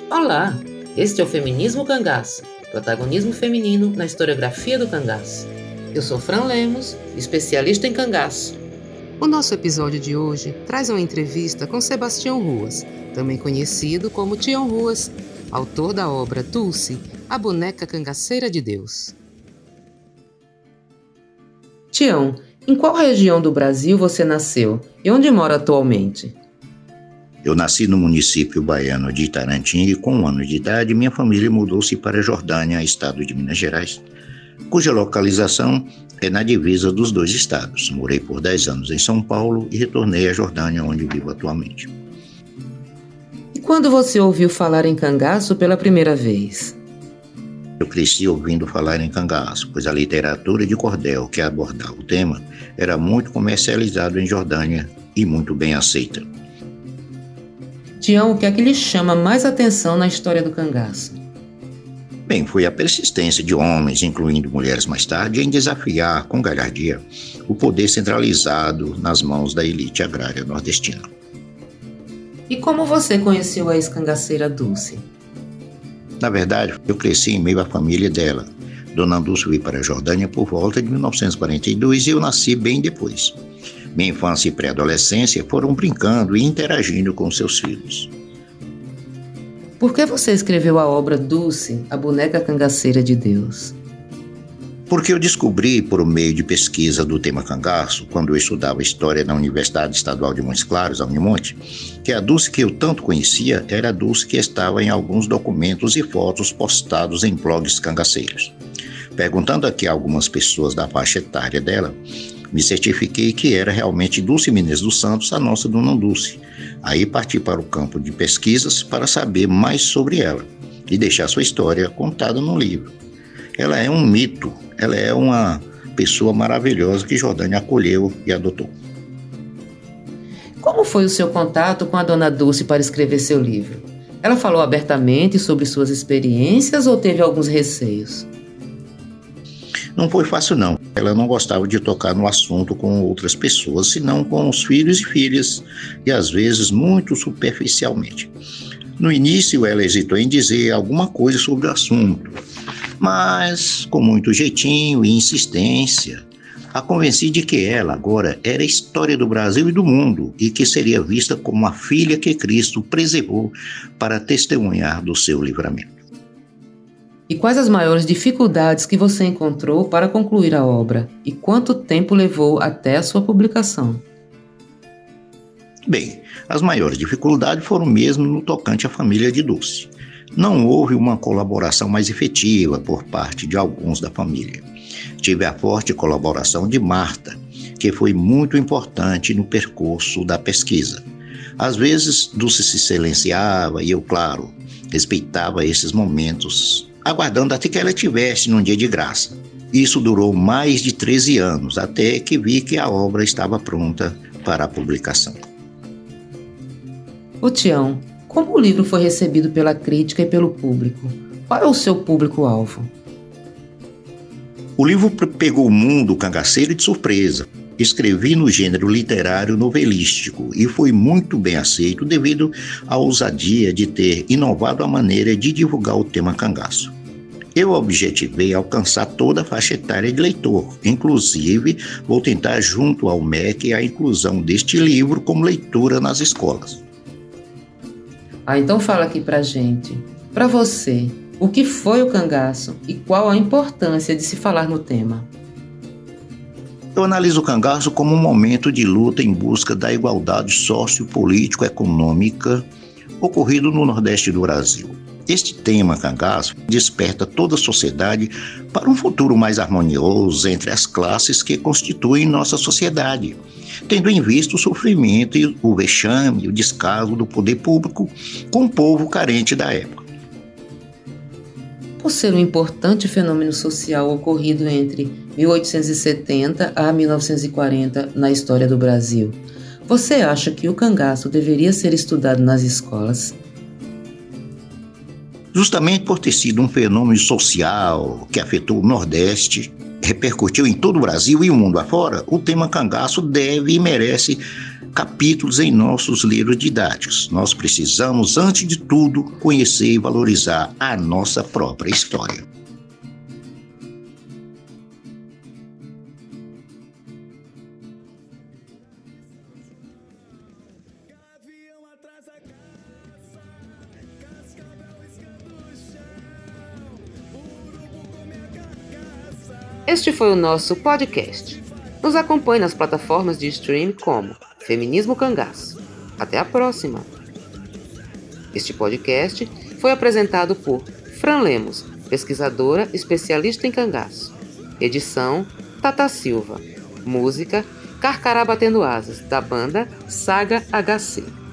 Olá, este é o Feminismo Cangaço, protagonismo feminino na historiografia do cangaço. Eu sou Fran Lemos, especialista em cangaço. O nosso episódio de hoje traz uma entrevista com Sebastião Ruas, também conhecido como Tião Ruas, autor da obra Dulce, a boneca cangaceira de Deus. Tião, em qual região do Brasil você nasceu e onde mora atualmente? Eu nasci no município baiano de Itarantim e, com 1 ano de idade, minha família mudou-se para Jordânia, estado de Minas Gerais, cuja localização é na divisa dos dois estados. Morei por 10 anos em São Paulo e retornei à Jordânia, onde vivo atualmente. E quando você ouviu falar em cangaço pela primeira vez? Eu cresci ouvindo falar em cangaço, pois a literatura de cordel que abordava o tema era muito comercializada em Jordânia e muito bem aceita. Tião, o que é que lhe chama mais atenção na história do cangaço? Bem, foi a persistência de homens, incluindo mulheres mais tarde, em desafiar com galhardia o poder centralizado nas mãos da elite agrária nordestina. E como você conheceu a ex-cangaceira Dulce? Na verdade, eu cresci em meio à família dela. Dona Dulce veio para a Jordânia por volta de 1942 e eu nasci bem depois. Minha infância e pré-adolescência foram brincando e interagindo com seus filhos. Por que você escreveu a obra Dulce, a boneca cangaceira de Deus? Porque eu descobri, por meio de pesquisa do tema cangaço, quando eu estudava História na Universidade Estadual de Montes Claros, a Unimonte, que a Dulce que eu tanto conhecia era a Dulce que estava em alguns documentos e fotos postados em blogs cangaceiros. Perguntando aqui a algumas pessoas da faixa etária dela, me certifiquei que era realmente Dulce Menezes dos Santos, a nossa Dona Dulce. Aí parti para o campo de pesquisas para saber mais sobre ela e deixar sua história contada no livro. Ela é um mito, ela é uma pessoa maravilhosa que Jordânia acolheu e adotou. Como foi o seu contato com a Dona Dulce para escrever seu livro? Ela falou abertamente sobre suas experiências ou teve alguns receios? Não foi fácil não. Ela não gostava de tocar no assunto com outras pessoas, senão com os filhos e filhas, e às vezes muito superficialmente. No início ela hesitou em dizer alguma coisa sobre o assunto, mas com muito jeitinho e insistência, a convenci de que ela agora era a história do Brasil e do mundo e que seria vista como a filha que Cristo preservou para testemunhar do seu livramento. E quais as maiores dificuldades que você encontrou para concluir a obra? E quanto tempo levou até a sua publicação? Bem, as maiores dificuldades foram mesmo no tocante à família de Dulce. Não houve uma colaboração mais efetiva por parte de alguns da família. Tive a forte colaboração de Marta, que foi muito importante no percurso da pesquisa. Às vezes, Dulce se silenciava e eu, claro, respeitava esses momentos, aguardando até que ela estivesse num dia de graça. Isso durou mais de 13 anos, até que vi que a obra estava pronta para a publicação. Ô Tião, como o livro foi recebido pela crítica e pelo público? Qual é o seu público-alvo? O livro pegou o mundo cangaceiro de surpresa. Escrevi no gênero literário novelístico e foi muito bem aceito devido à ousadia de ter inovado a maneira de divulgar o tema cangaço. Eu objetivei alcançar toda a faixa etária de leitor, inclusive vou tentar junto ao MEC a inclusão deste livro como leitura nas escolas. Então fala aqui pra gente, pra você, o que foi o cangaço e qual a importância de se falar no tema? Eu analiso o cangaço como um momento de luta em busca da igualdade sociopolítico-econômica ocorrido no Nordeste do Brasil. Este tema, cangaço, desperta toda a sociedade para um futuro mais harmonioso entre as classes que constituem nossa sociedade, tendo em vista o sofrimento e o vexame e o descaso do poder público com o povo carente da época. Por ser um importante fenômeno social ocorrido entre 1870 a 1940 na história do Brasil, você acha que o cangaço deveria ser estudado nas escolas? Justamente por ter sido um fenômeno social que afetou o Nordeste, repercutiu em todo o Brasil e o mundo afora, o tema cangaço deve e merece capítulos em nossos livros didáticos. Nós precisamos, antes de tudo, conhecer e valorizar a nossa própria história. Este foi o nosso podcast. Nos acompanhe nas plataformas de streaming como Feminismo Cangaço. Até a próxima! Este podcast foi apresentado por Fran Lemos, pesquisadora especialista em cangaço. Edição Tata Silva. Música Carcará Batendo Asas, da banda Saga HC.